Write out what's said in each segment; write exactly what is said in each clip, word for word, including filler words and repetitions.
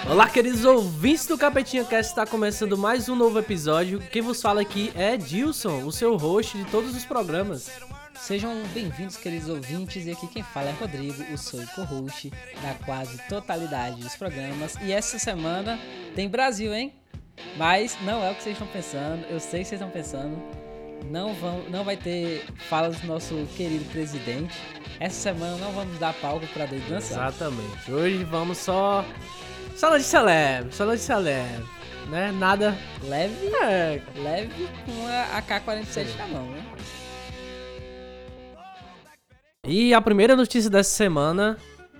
Olá, queridos ouvintes do Capetinha Cast, está começando mais um novo episódio. Quem vos fala aqui é Dilson, o seu host de todos os programas. Sejam bem-vindos, queridos ouvintes, e aqui quem fala é Rodrigo, o seu co-host da quase totalidade dos programas. E essa semana tem Brasil, hein? Mas não é o que vocês estão pensando, eu sei que vocês estão pensando. Não, vão, não vai ter fala do nosso querido presidente. Essa semana não vamos dar palco para doido dançar. Exatamente, hoje vamos só... Só notícia leve, só notícia leve, né? Nada... Leve, É... leve com a A K quarenta e sete na mão, né? E a primeira notícia dessa semana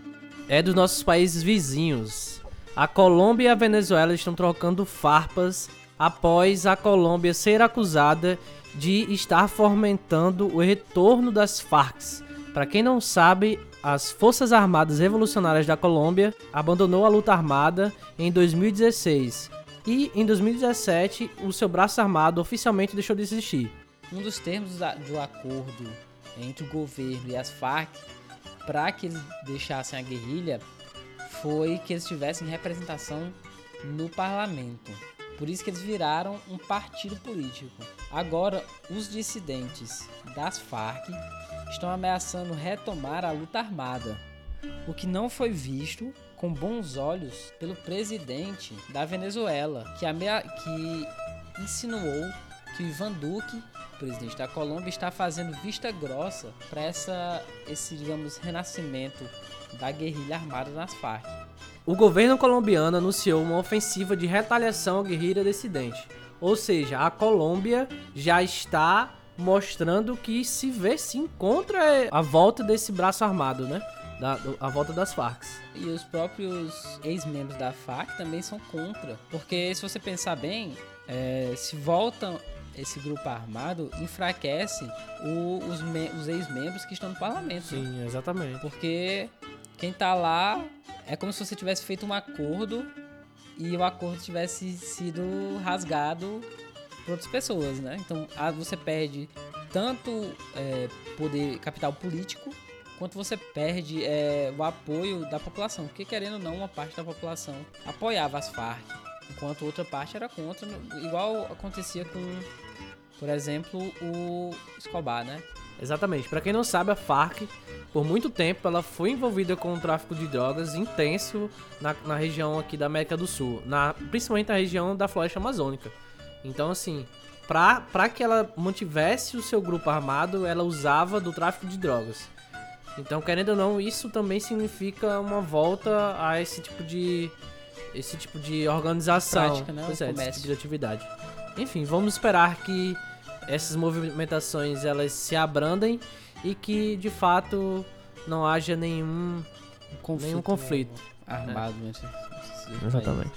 é dos nossos países vizinhos. A Colômbia e a Venezuela estão trocando farpas após a Colômbia ser acusada de estar fomentando o retorno das Farc. Para quem não sabe, as Forças Armadas Revolucionárias da Colômbia abandonou a luta armada em dois mil e dezesseis e em dois mil e dezessete o seu braço armado oficialmente deixou de existir. Um dos termos do acordo entre o governo e as Farc para que eles deixassem a guerrilha foi que eles tivessem representação no parlamento. Por isso que eles viraram um partido político. Agora, os dissidentes das Farc estão ameaçando retomar a luta armada, o que não foi visto com bons olhos pelo presidente da Venezuela, que, amea- que insinuou que o Ivan Duque, presidente da Colômbia, está fazendo vista grossa para essa esse, digamos, renascimento da guerrilha armada nas Farc. O governo colombiano anunciou uma ofensiva de retaliação à guerrilha dissidente. Ou seja, a Colômbia já está mostrando que se vê sim contra a volta desse braço armado, né? Da, a volta das Farc. E os próprios ex-membros da Farc também são contra. Porque se você pensar bem, é, se voltam esse grupo armado, enfraquece o, os, me, os ex-membros que estão no parlamento. Sim, exatamente. Porque quem tá lá é como se você tivesse feito um acordo e o acordo tivesse sido rasgado por outras pessoas, né? Então você perde tanto é, poder, capital político, quanto você perde é, o apoio da população. Porque, querendo ou não, uma parte da população apoiava as Farc, enquanto outra parte era contra, igual acontecia com, por exemplo, o Escobar, né? Exatamente. Para quem não sabe, a Farc, por muito tempo, ela foi envolvida com o tráfico de drogas intenso na, na região aqui da América do Sul, na, principalmente na região da Floresta Amazônica. Então, assim, pra, pra que ela mantivesse o seu grupo armado, ela usava do tráfico de drogas. Então, querendo ou não, isso também significa uma volta a esse tipo de, esse tipo de organização, prática, né? Pois é, esse tipo de atividade. Enfim, vamos esperar que essas movimentações elas se abrandem e que, de fato, não haja nenhum conflito, nenhum conflito armado. É. Nesse, nesse Exatamente.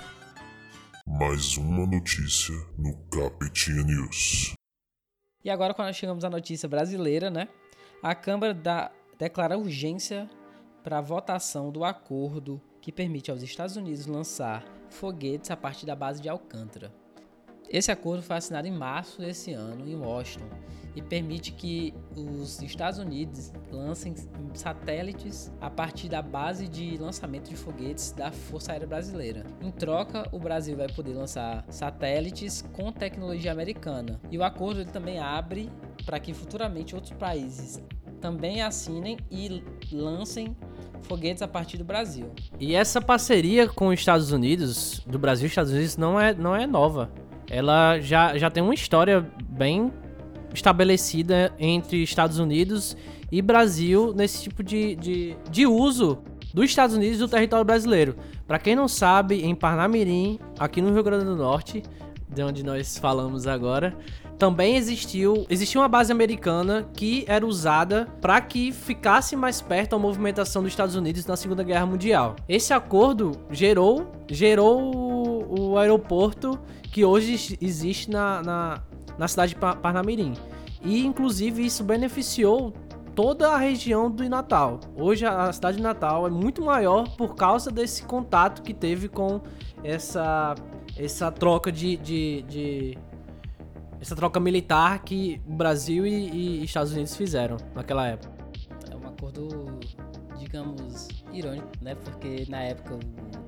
Mais uma notícia no Capetinha News. E agora, quando nós chegamos à notícia brasileira, né? A Câmara da, declara urgência para a votação do acordo que permite aos Estados Unidos lançar foguetes a partir da base de Alcântara. Esse acordo foi assinado em março desse ano, em Washington, e permite que os Estados Unidos lancem satélites a partir da base de lançamento de foguetes da Força Aérea Brasileira. Em troca, o Brasil vai poder lançar satélites com tecnologia americana. E o acordo ele também abre para que futuramente outros países também assinem e lancem foguetes a partir do Brasil. E essa parceria com os Estados Unidos, do Brasil e Estados Unidos, não é, não é nova. Ela já, já tem uma história bem estabelecida entre Estados Unidos e Brasil nesse tipo de, de, de uso dos Estados Unidos do território brasileiro. Para quem não sabe, em Parnamirim, aqui no Rio Grande do Norte, de onde nós falamos agora, também existiu, existiu uma base americana que era usada para que ficasse mais perto a movimentação dos Estados Unidos na Segunda Guerra Mundial. Esse acordo gerou, gerou o, o aeroporto que hoje existe na, na, na cidade de Parnamirim. E, inclusive, isso beneficiou toda a região do Natal. Hoje, a cidade de Natal é muito maior por causa desse contato que teve com essa, essa troca de... de, de essa troca militar que o Brasil e, e Estados Unidos fizeram naquela época. É um acordo, digamos, irônico, né? Porque na época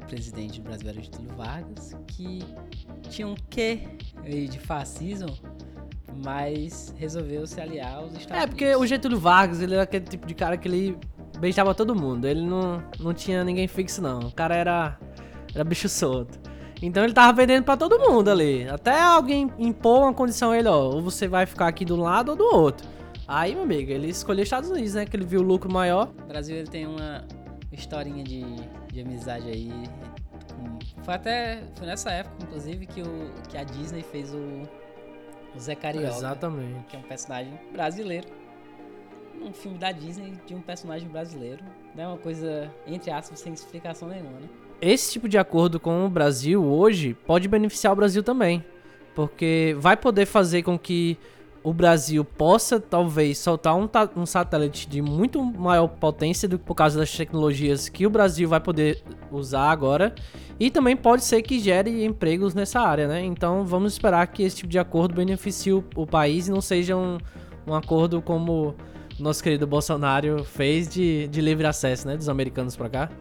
presidente do Brasil era Getúlio Vargas, que tinha um quê aí de fascismo, mas resolveu se aliar aos Estados Unidos. É, porque o Getúlio Vargas, ele era aquele tipo de cara que ele beijava todo mundo. Ele não, não tinha ninguém fixo, não. O cara era, era bicho solto. Então ele tava vendendo pra todo mundo ali. Até alguém impor uma condição a ele, ó. Ou você vai ficar aqui de um lado ou do outro. Aí, meu amigo, ele escolheu os Estados Unidos, né? Que ele viu o lucro maior. O Brasil, ele tem uma historinha de, de amizade aí. Foi até... Foi nessa época, inclusive, que, o, que a Disney fez o, o Zé Carioca. Exatamente. Que é um personagem brasileiro. Um filme da Disney de um personagem brasileiro. Não é uma coisa, entre aspas, sem explicação nenhuma, né? Esse tipo de acordo com o Brasil hoje pode beneficiar o Brasil também. Porque vai poder fazer com que o Brasil possa, talvez, soltar um, ta- um satélite de muito maior potência do que por causa das tecnologias que o Brasil vai poder usar agora. E também pode ser que gere empregos nessa área, né? Então vamos esperar que esse tipo de acordo beneficie o, o país e não seja um, um acordo como o nosso querido Bolsonaro fez de, de livre acesso, né? Dos americanos pra cá.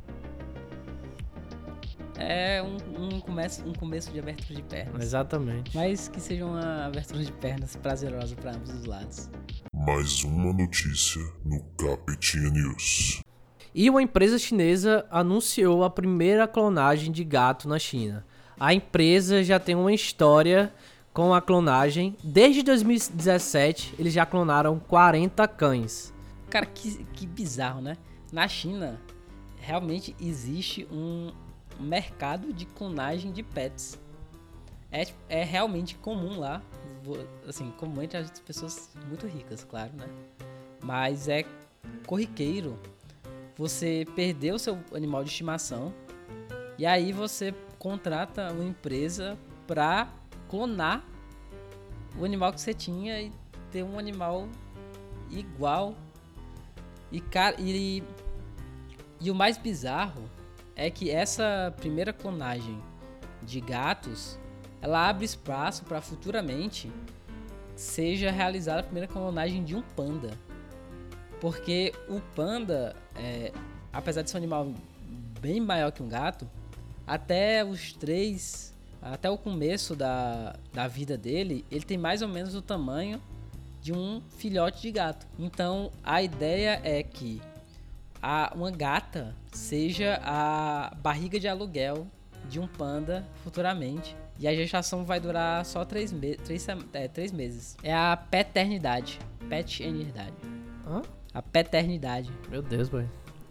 É um, um, começo, um começo de abertura de pernas. Exatamente. Mas que seja uma abertura de pernas prazerosa para ambos os lados. Mais uma notícia no Capetinha News. E uma empresa chinesa anunciou a primeira clonagem de gato na China. A empresa já tem uma história com a clonagem. Desde dois mil e dezessete, eles já clonaram quarenta cães. Cara, que, que bizarro, né? Na China, realmente existe um mercado de clonagem de pets. É, é realmente comum lá, assim, comum entre as pessoas muito ricas, claro, né? Mas é corriqueiro você perder o seu animal de estimação e aí você contrata uma empresa pra clonar o animal que você tinha e ter um animal igual. E, cara, e, e o mais bizarro é que essa primeira clonagem de gatos, ela abre espaço para futuramente seja realizada a primeira clonagem de um panda. Porque o panda, é, apesar de ser um animal bem maior que um gato, até os três, até o começo da, da vida dele, ele tem mais ou menos o tamanho de um filhote de gato. Então a ideia é que a, uma gata seja a barriga de aluguel de um panda futuramente. E a gestação vai durar só três, me- três, é, três meses. É a paternidade. Paternidade. Hã? A paternidade. Meu Deus, boy.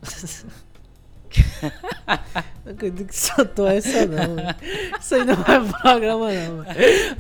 Não acredito que soltou essa não, mano. Isso aí não é programa não, mano.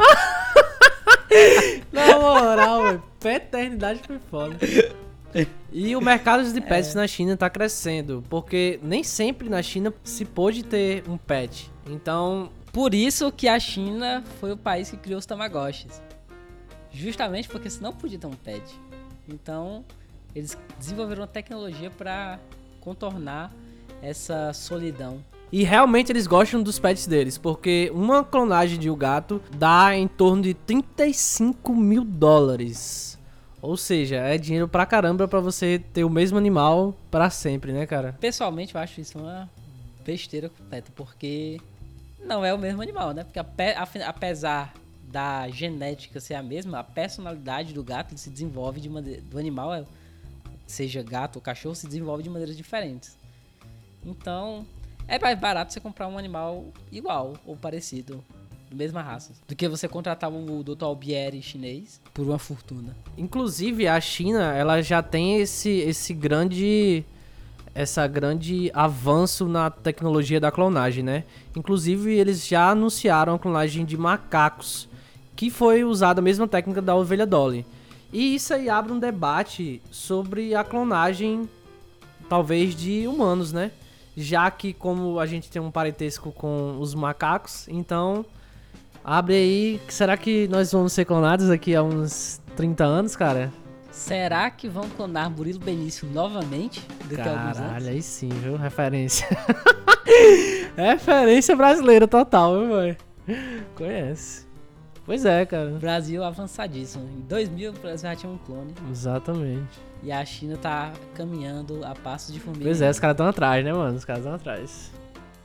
Na moral, velho, paternidade foi foda. E o mercado de pets é. na China tá crescendo, porque nem sempre na China se pôde ter um pet. Então, por isso que a China foi o país que criou os Tamagotchis. Justamente porque você não podia ter um pet. Então, eles desenvolveram uma tecnologia para contornar essa solidão. E realmente eles gostam dos pets deles, porque uma clonagem de um gato dá em torno de trinta e cinco mil dólares. Ou seja, é dinheiro pra caramba pra você ter o mesmo animal pra sempre, né, cara? Pessoalmente, eu acho isso uma besteira completa, porque não é o mesmo animal, né? Porque apesar da genética ser a mesma, a personalidade do gato se desenvolve de maneira... do animal, seja gato ou cachorro, se desenvolve de maneiras diferentes. Então, é mais barato você comprar um animal igual ou parecido, da mesma raça, do que você contratar o doutor Albieri chinês por uma fortuna. Inclusive, a China, ela já tem esse, esse grande... essa grande avanço na tecnologia da clonagem, né? Inclusive, eles já anunciaram a clonagem de macacos, que foi usada a mesma técnica da ovelha Dolly. E isso aí abre um debate sobre a clonagem, talvez, de humanos, né? Já que, como a gente tem um parentesco com os macacos, então abre aí, será que nós vamos ser clonados daqui a uns trinta anos, cara? Será que vão clonar Murilo Benício novamente? Daqui a alguns anos? Caralho, aí sim, viu? Referência. Referência brasileira total, viu, boy? Conhece. Pois é, cara. Brasil avançadíssimo. Em dois mil, o Brasil já tinha um clone. Exatamente. E a China tá caminhando a passos de formiga. Pois é, os caras estão atrás, né, mano? Os caras estão atrás.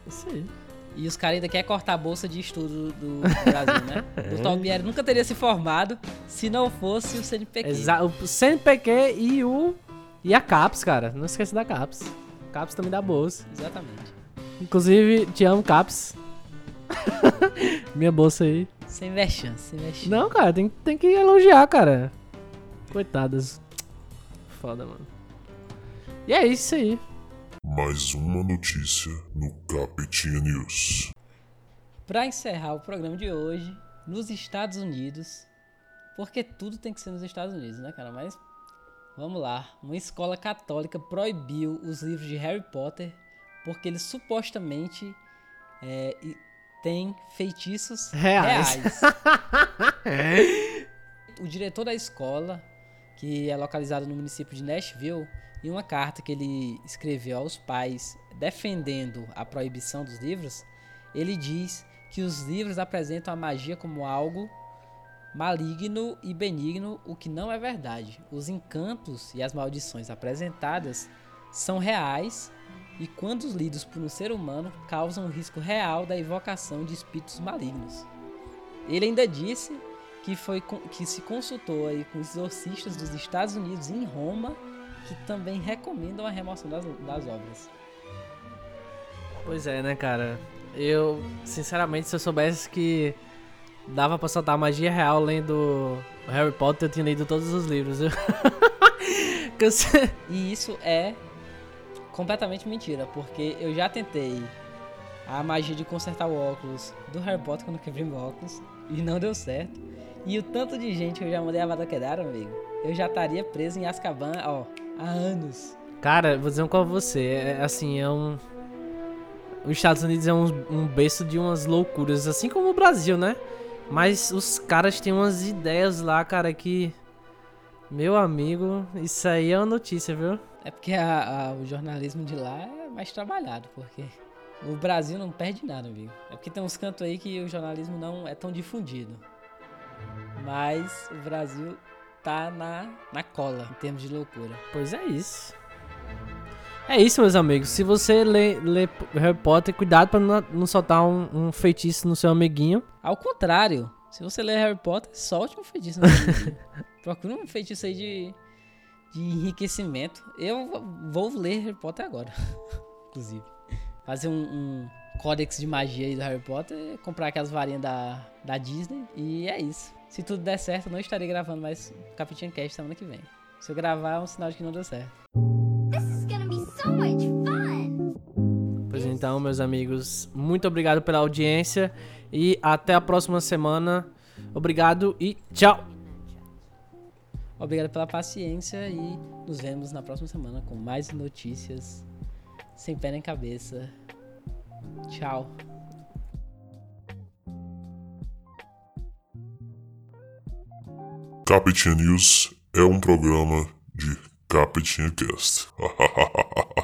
Isso aí. E os caras ainda querem cortar a bolsa de estudo do Brasil, né? O Tobieri nunca teria se formado se não fosse o C N P Q. Exato. O C N P Q e o... E a CAPES, cara. Não esqueça da CAPES. CAPES também dá bolsa. Exatamente. Inclusive, te amo, CAPES. Minha bolsa aí. Sem vexame, sem vexame. Não, cara, tem, tem que elogiar, cara. Coitadas. Foda, mano. E é isso aí. Mais uma notícia no Capetinha News. Pra encerrar o programa de hoje, nos Estados Unidos, porque tudo tem que ser nos Estados Unidos, né, cara? Mas vamos lá. Uma escola católica proibiu os livros de Harry Potter porque eles supostamente é, têm feitiços Reais. reais. O diretor da escola, que é localizado no município de Nashville, em uma carta que ele escreveu aos pais defendendo a proibição dos livros, ele diz que os livros apresentam a magia como algo maligno e benigno, o que não é verdade. Os encantos e as maldições apresentadas são reais e, quando lidos por um ser humano, causam um risco real da evocação de espíritos malignos. Ele ainda disse que, foi, que se consultou aí com exorcistas dos Estados Unidos em Roma, que também recomendam a remoção das, das obras. Pois é, né, cara? Eu, sinceramente, se eu soubesse que dava pra soltar magia real lendo Harry Potter, eu tinha lido todos os livros. E isso é completamente mentira, porque eu já tentei a magia de consertar o óculos do Harry Potter quando eu quebrei meu óculos e não deu certo. E o tanto de gente que eu já mandei a Avada Kedavra, amigo, eu já estaria preso em Azkaban, ó, há anos. Cara, vou dizer um com você, é, assim, é um... Os Estados Unidos é um, um berço de umas loucuras, assim como o Brasil, né? Mas os caras têm umas ideias lá, cara, que... Meu amigo, isso aí é uma notícia, viu? É porque a, a, o jornalismo de lá é mais trabalhado, porque o Brasil não perde nada, amigo. É porque tem uns cantos aí que o jornalismo não é tão difundido. Mas o Brasil tá na, na cola, em termos de loucura. Pois é isso. É isso, meus amigos. Se você lê, lê Harry Potter, cuidado pra não, não soltar um, um feitiço no seu amiguinho. Ao contrário, se você lê Harry Potter, solte um feitiço no seu amiguinho. Procura um feitiço aí de, de enriquecimento. Eu vou ler Harry Potter agora, inclusive. Fazer um, um códex de magia aí do Harry Potter, comprar aquelas varinhas da, da Disney e é isso. Se tudo der certo, eu não estarei gravando mais Capetinha Cast semana que vem. Se eu gravar, é um sinal de que não deu certo. So much fun. Pois então, meus amigos, muito obrigado pela audiência e até a próxima semana. Obrigado e tchau! Obrigado pela paciência e nos vemos na próxima semana com mais notícias sem pé nem cabeça. Tchau! Capetinha News é um programa de Capetinha Cast.